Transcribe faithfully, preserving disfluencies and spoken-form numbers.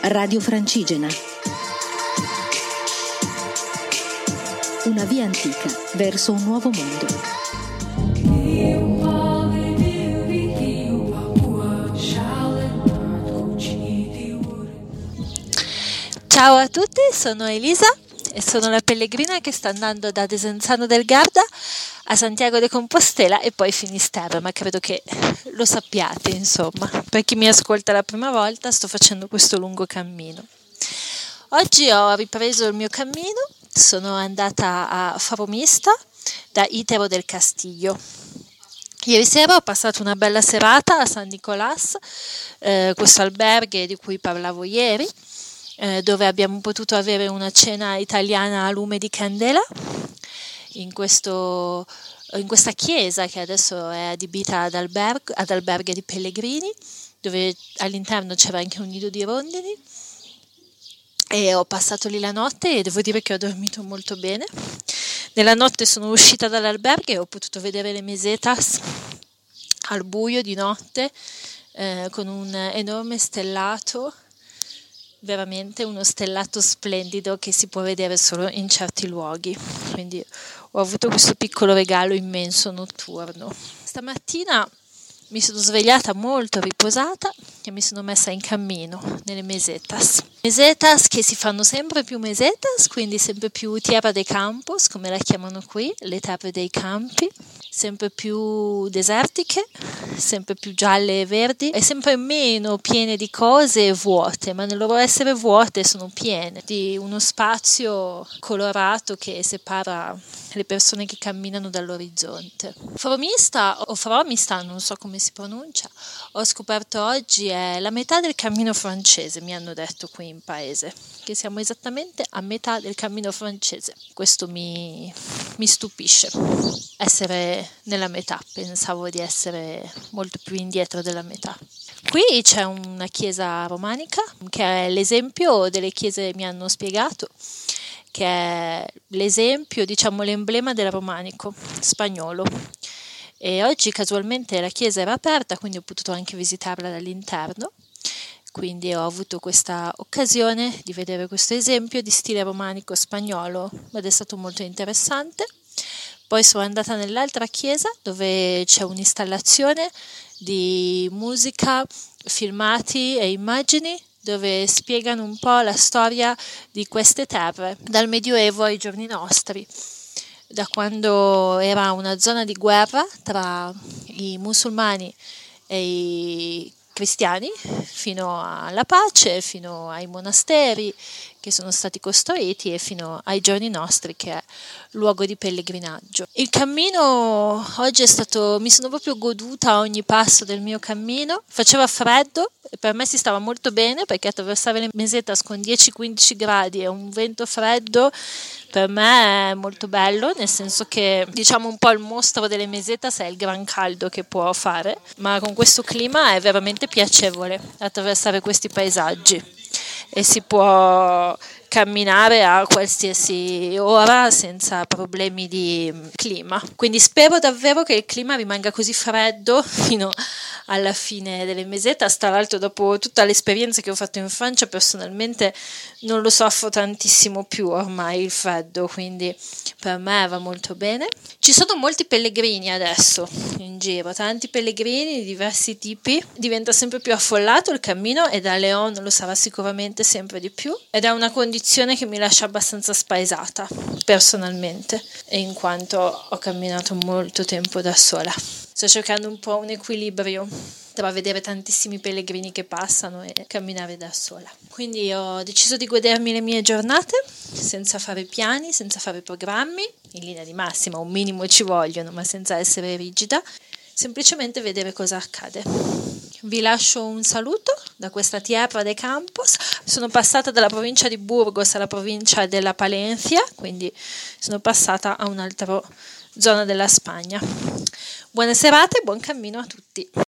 Radio Francigena. Una via antica verso un nuovo mondo. Ciao a tutti, sono Elisa e sono la pellegrina che sta andando da Desenzano del Garda a Santiago de Compostela e poi Finisterre, ma credo che lo sappiate, insomma. Per chi mi ascolta la prima volta, sto facendo questo lungo cammino. Oggi ho ripreso il mio cammino, sono andata a Faromista da Itero del Castiglio. Ieri sera ho passato una bella serata a San Nicolás, eh, questo alberghe di cui parlavo ieri, eh, dove abbiamo potuto avere una cena italiana a lume di candela in, questo, in questa chiesa che adesso è adibita ad, alberg- ad alberghe di pellegrini, dove all'interno c'era anche un nido di rondini. E ho passato lì la notte e devo dire che ho dormito molto bene. Nella notte sono uscita dall'alberghe e ho potuto vedere le mesetas al buio di notte, eh, con un enorme stellato, veramente uno stellato splendido che si può vedere solo in certi luoghi. Quindi ho avuto questo piccolo regalo immenso notturno. Stamattina mi sono svegliata molto riposata e mi sono messa in cammino nelle mesetas. Mesetas che si fanno sempre più mesetas, quindi sempre più tierra de campos, come la chiamano qui, le terre dei campi, sempre più desertiche, sempre più gialle e verdi e sempre meno piene di cose e vuote, ma nel loro essere vuote sono piene di uno spazio colorato che separa le persone che camminano dall'orizzonte. Faromista o Faromista, non so come si pronuncia, ho scoperto oggi è la metà del cammino francese, mi hanno detto qui in paese, che siamo esattamente a metà del cammino francese. Questo mi, mi stupisce, essere nella metà, pensavo di essere molto più indietro della metà. Qui c'è una chiesa romanica che è l'esempio delle chiese, mi hanno spiegato, che è l'esempio, diciamo l'emblema del romanico spagnolo. E oggi casualmente la chiesa era aperta, quindi ho potuto anche visitarla dall'interno, quindi ho avuto questa occasione di vedere questo esempio di stile romanico spagnolo ed è stato molto interessante. Poi sono andata nell'altra chiesa dove c'è un'installazione di musica, filmati e immagini dove spiegano un po' la storia di queste terre, dal Medioevo ai giorni nostri, da quando era una zona di guerra tra i musulmani e i cristiani, fino alla pace, fino ai monasteri che sono stati costruiti e fino ai giorni nostri che è luogo di pellegrinaggio. Il cammino oggi è stato, mi sono proprio goduta a ogni passo del mio cammino, faceva freddo e per me si stava molto bene perché attraversare le mesetas con dieci quindici gradi e un vento freddo per me è molto bello, nel senso che diciamo un po' il mostro delle mesetas è il gran caldo che può fare, ma con questo clima è veramente piacevole attraversare questi paesaggi e si può camminare a qualsiasi ora senza problemi di clima. Quindi spero davvero che il clima rimanga così freddo fino alla fine delle mesetas. Tra l'altro, dopo tutta l'esperienza che ho fatto in Francia, personalmente non lo soffro tantissimo più ormai il freddo, quindi per me va molto bene. Ci sono molti pellegrini adesso in giro, tanti pellegrini di diversi tipi, diventa sempre più affollato il cammino e da León lo sarà sicuramente sempre di più ed è una condizione che mi lascia abbastanza spaesata personalmente, e in quanto ho camminato molto tempo da sola. Sto cercando un po' un equilibrio tra vedere tantissimi pellegrini che passano e camminare da sola. Quindi ho deciso di godermi le mie giornate senza fare piani, senza fare programmi, in linea di massima un minimo ci vogliono, ma senza essere rigida, semplicemente vedere cosa accade. Vi lascio un saluto da questa tierra de campos. Sono passata dalla provincia di Burgos alla provincia della Palencia, quindi sono passata a un'altra zona della Spagna. Buona serata e buon cammino a tutti.